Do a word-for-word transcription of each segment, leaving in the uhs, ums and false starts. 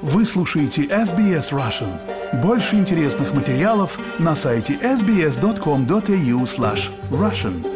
Вы слушаете эс би эс Russian. Больше интересных материалов на сайте эс би эс точка ком точка эй ю слэш Russian.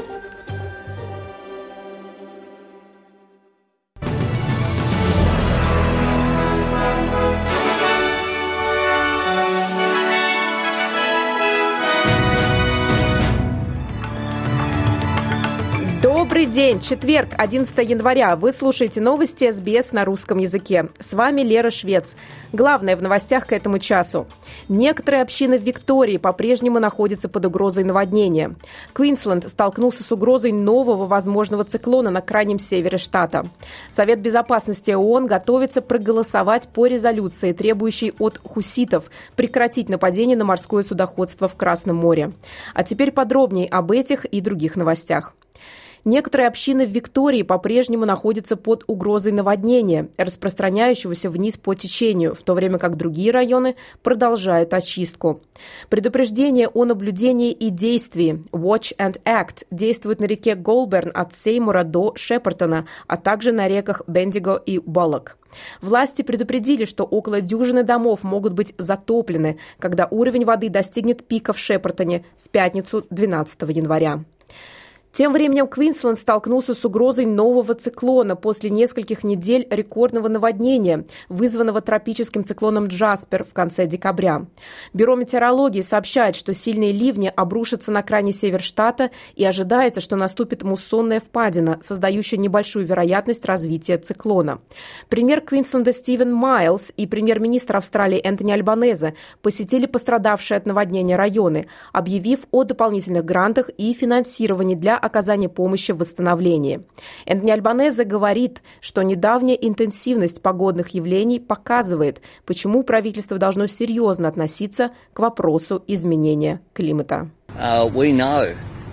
Добрый день! Четверг, одиннадцатого января. Вы слушаете новости эс би эс на русском языке. С вами Лера Швец. Главное в новостях к этому часу. Некоторые общины в Виктории по-прежнему находятся под угрозой наводнения. Квинсленд столкнулся с угрозой нового возможного циклона на крайнем севере штата. Совет безопасности ООН готовится проголосовать по резолюции, требующей от хуситов прекратить нападение на морское судоходство в Красном море. А теперь подробнее об этих и других новостях. Некоторые общины в Виктории по-прежнему находятся под угрозой наводнения, распространяющегося вниз по течению, в то время как другие районы продолжают очистку. Предупреждение о наблюдении и действии Watch and Act действует на реке Голберн от Сеймура до Шепартона, а также на реках Бендиго и Боллок. Власти предупредили, что около дюжины домов могут быть затоплены, когда уровень воды достигнет пика в Шепартоне в пятницу двенадцатого января. Тем временем Квинсленд столкнулся с угрозой нового циклона после нескольких недель рекордного наводнения, вызванного тропическим циклоном Джаспер в конце декабря. Бюро метеорологии сообщает, что сильные ливни обрушатся на крайний север штата и ожидается, что наступит муссонная впадина, создающая небольшую вероятность развития циклона. Премьер Квинсленда Стивен Майлз и премьер-министр Австралии Энтони Альбанезе посетили пострадавшие от наводнения районы, объявив о дополнительных грантах и финансировании для оказания помощи в восстановлении. Энтони Альбанезе говорит, что недавняя интенсивность погодных явлений показывает, почему правительство должно серьезно относиться к вопросу изменения климата. Uh, we know.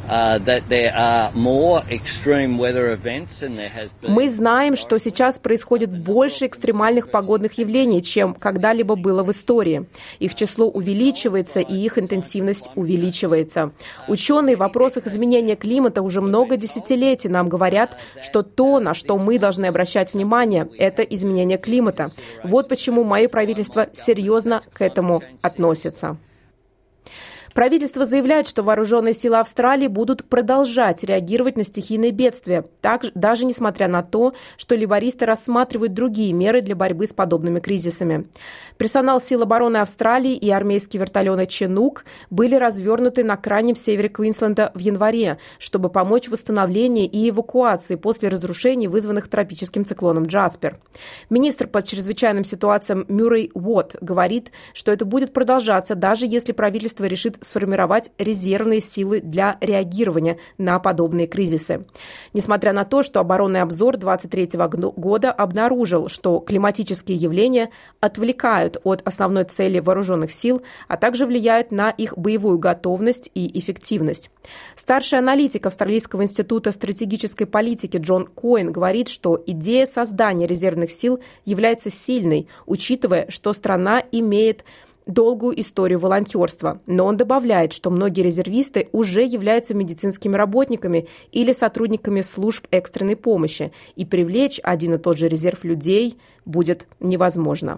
Мы знаем, что сейчас происходит больше экстремальных погодных явлений, чем когда-либо было в истории. Их число увеличивается, и их интенсивность увеличивается. Ученые в вопросах изменения климата уже много десятилетий нам говорят, что то, на что мы должны обращать внимание, это изменение климата. Вот почему мое правительство серьезно к этому относится. Правительство заявляет, что вооруженные силы Австралии будут продолжать реагировать на стихийные бедствия, так, даже несмотря на то, что лейбористы рассматривают другие меры для борьбы с подобными кризисами. Персонал сил обороны Австралии и армейские вертолеты «Чинук» были развернуты на крайнем севере Квинсленда в январе, чтобы помочь в восстановлении и эвакуации после разрушений, вызванных тропическим циклоном Джаспер. Министр по чрезвычайным ситуациям Мюррей Уотт говорит, что это будет продолжаться, даже если правительство решит сформировать резервные силы для реагирования на подобные кризисы. Несмотря на то, что оборонный обзор двадцать третьего года обнаружил, что климатические явления отвлекают от основной цели вооруженных сил, а также влияют на их боевую готовность и эффективность. Старший аналитик Австралийского института стратегической политики Джон Коэн говорит, что идея создания резервных сил является сильной, учитывая, что страна имеет долгую историю волонтерства. Но он добавляет, что многие резервисты уже являются медицинскими работниками или сотрудниками служб экстренной помощи, и привлечь один и тот же резерв людей будет невозможно.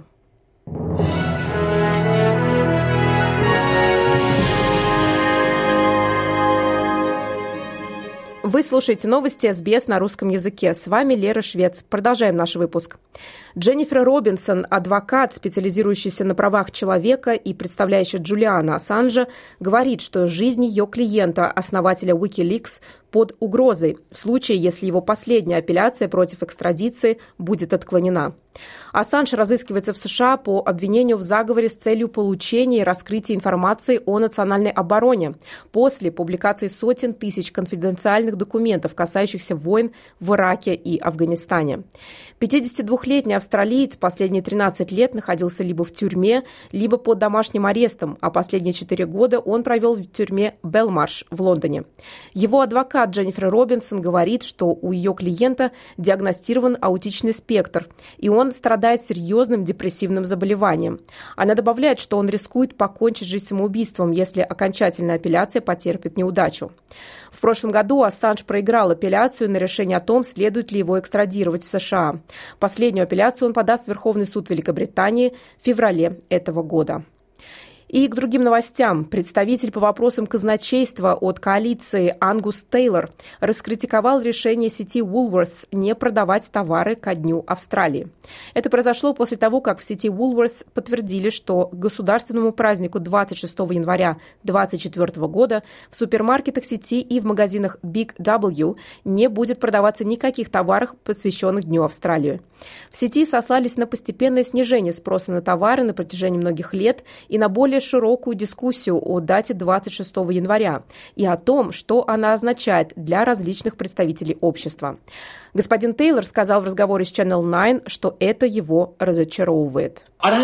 Вы слушаете новости эс би эс на русском языке. С вами Лера Швец. Продолжаем наш выпуск. Дженнифер Робинсон, адвокат, специализирующийся на правах человека и представляющий Джулиана Ассанжа, говорит, что жизнь ее клиента, основателя Wikileaks, под угрозой в случае, если его последняя апелляция против экстрадиции будет отклонена. Ассанж разыскивается в США по обвинению в заговоре с целью получения и раскрытия информации о национальной обороне после публикации сотен тысяч конфиденциальных документов, касающихся войн в Ираке и Афганистане. пятидесятидвухлетний австралиец последние тринадцать лет находился либо в тюрьме, либо под домашним арестом, а последние четыре года он провел в тюрьме Белмарш в Лондоне. Его адвокат Дженнифер Робинсон говорит, что у ее клиента диагностирован аутичный спектр, и он он страдает серьезным депрессивным заболеванием. Она добавляет, что он рискует покончить жизнь самоубийством, если окончательная апелляция потерпит неудачу. В прошлом году Ассанж проиграл апелляцию на решение о том, следует ли его экстрадировать в США. Последнюю апелляцию он подаст в Верховный суд Великобритании в феврале этого года. И к другим новостям. Представитель по вопросам казначейства от коалиции Ангус Тейлор раскритиковал решение сети Woolworths не продавать товары ко Дню Австралии. Это произошло после того, как в сети Woolworths подтвердили, что к государственному празднику двадцать шестого января две тысячи двадцать четвёртого года в супермаркетах сети и в магазинах Big W не будет продаваться никаких товаров, посвященных Дню Австралии. В сети сослались на постепенное снижение спроса на товары на протяжении многих лет и на более широкую дискуссию о дате двадцать шестого января и о том, что она означает для различных представителей общества. Господин Тейлор сказал в разговоре с Channel девять, что это его разочаровывает.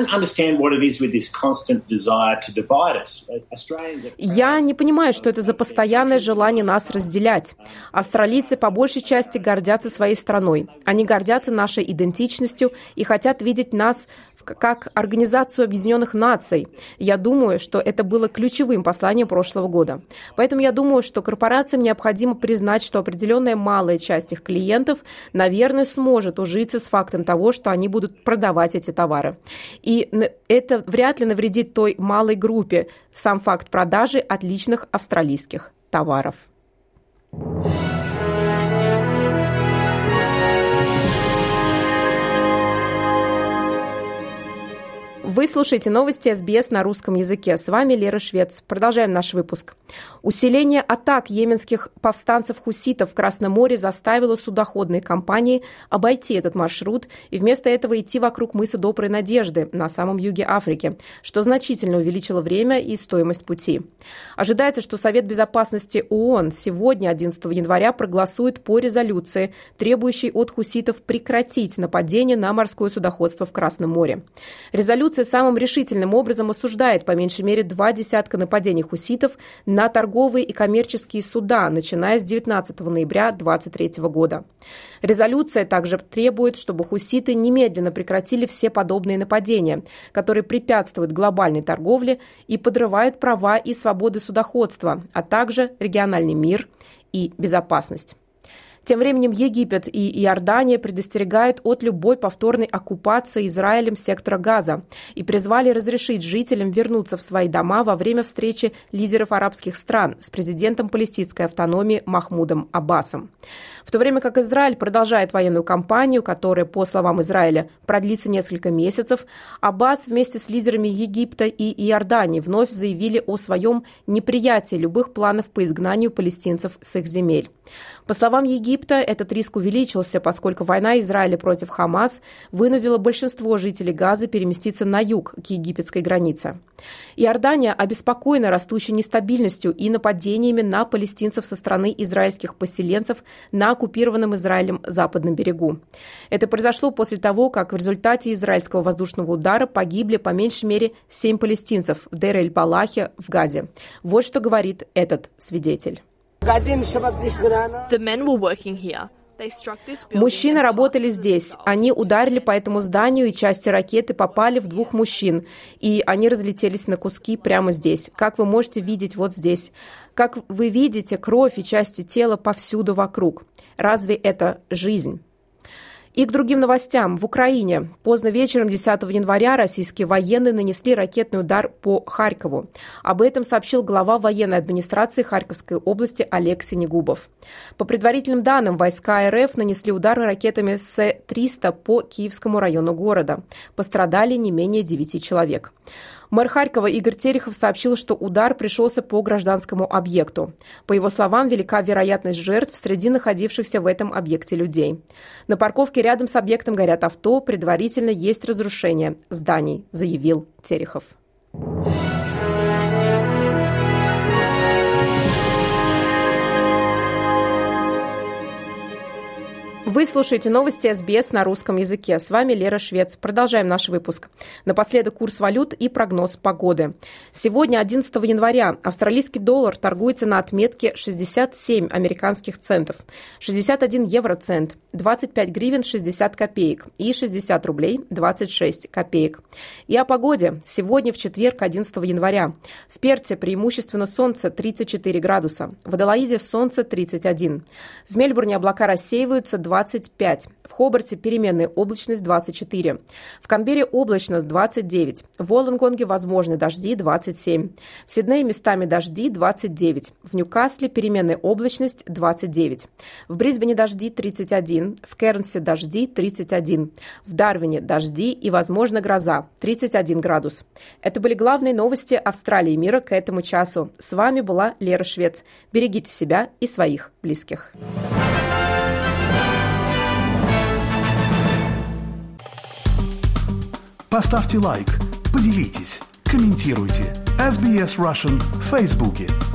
Я не понимаю, что это за постоянное желание нас разделять. Австралийцы по большей части гордятся своей страной. Они гордятся нашей идентичностью и хотят видеть нас как Организацию Объединенных Наций. Я думаю, что это было ключевым посланием прошлого года. Поэтому я думаю, что корпорациям необходимо признать, что определенная малая часть их клиентов, наверное, сможет ужиться с фактом того, что они будут продавать эти товары. И это вряд ли навредит той малой группе, сам факт продажи отличных австралийских товаров. Вы слушаете новости эс би эс на русском языке. С вами Лера Швец. Продолжаем наш выпуск. Усиление атак йеменских повстанцев-хуситов в Красном море заставило судоходные компании обойти этот маршрут и вместо этого идти вокруг мыса Доброй Надежды на самом юге Африки, что значительно увеличило время и стоимость пути. Ожидается, что Совет безопасности ООН сегодня, одиннадцатого января, проголосует по резолюции, требующей от хуситов прекратить нападение на морское судоходство в Красном море. Резолюция самым решительным образом осуждает по меньшей мере два десятка нападений хуситов на торговые и коммерческие суда, начиная с девятнадцатого ноября две тысячи двадцать третьего года. Резолюция также требует, чтобы хуситы немедленно прекратили все подобные нападения, которые препятствуют глобальной торговле и подрывают права и свободы судоходства, а также региональный мир и безопасность. Тем временем Египет и Иордания предостерегают от любой повторной оккупации Израилем сектора Газа и призвали разрешить жителям вернуться в свои дома во время встречи лидеров арабских стран с президентом палестинской автономии Махмудом Аббасом. В то время как Израиль продолжает военную кампанию, которая, по словам Израиля, продлится несколько месяцев, Аббас вместе с лидерами Египта и Иордании вновь заявили о своем неприятии любых планов по изгнанию палестинцев с их земель. По словам Египта, этот риск увеличился, поскольку война Израиля против Хамас вынудила большинство жителей Газы переместиться на юг, к египетской границе. Иордания обеспокоена растущей нестабильностью и нападениями на палестинцев со стороны израильских поселенцев на оккупированном Израилем западном берегу. Это произошло после того, как в результате израильского воздушного удара погибли по меньшей мере семь палестинцев в Дейр-эль-Балахе в Газе. Вот что говорит этот свидетель. Мужчины работали здесь. Они ударили по этому зданию, и части ракеты попали в двух мужчин, и они разлетелись на куски прямо здесь. Как вы можете видеть вот здесь. Как вы видите, кровь и части тела повсюду вокруг. Разве это жизнь? И к другим новостям. В Украине поздно вечером десятого января российские военные нанесли ракетный удар по Харькову. Об этом сообщил глава военной администрации Харьковской области Олег Синегубов. По предварительным данным, войска РФ нанесли удары ракетами С триста по Киевскому району города. Пострадали не менее девяти человек. Мэр Харькова Игорь Терехов сообщил, что удар пришелся по гражданскому объекту. По его словам, велика вероятность жертв среди находившихся в этом объекте людей. На парковке рядом с объектом горят авто, предварительно есть разрушение зданий, заявил Терехов. Вы слушаете новости эс би эс на русском языке. С вами Лера Швец. Продолжаем наш выпуск. Напоследок курс валют и прогноз погоды. Сегодня, одиннадцатого января, австралийский доллар торгуется на отметке шестьдесят семь американских центов, шестьдесят один евроцент, двадцать пять гривен шестьдесят копеек и шестьдесят рублей двадцать шесть копеек. И о погоде. Сегодня, в четверг, одиннадцатого января. В Перте преимущественно солнце тридцать четыре градуса, в Аделаиде солнце тридцать один. В Мельбурне облака рассеиваются двадцать пять. В Хобарте переменная облачность двадцать четыре. В Канберре облачность двадцать девять. В Волонгонге возможны дожди двадцать семь. В Сиднее местами дожди двадцать девять. В Ньюкасле переменная облачность двадцать девять. В Брисбене дожди тридцать один. В Кернсе дожди тридцать один. В Дарвине дожди и, возможно, гроза тридцать один градус. Это были главные новости Австралии и мира к этому часу. С вами была Лера Швец. Берегите себя и своих близких. Поставьте лайк, поделитесь, комментируйте. эс би эс Russian в Фейсбуке.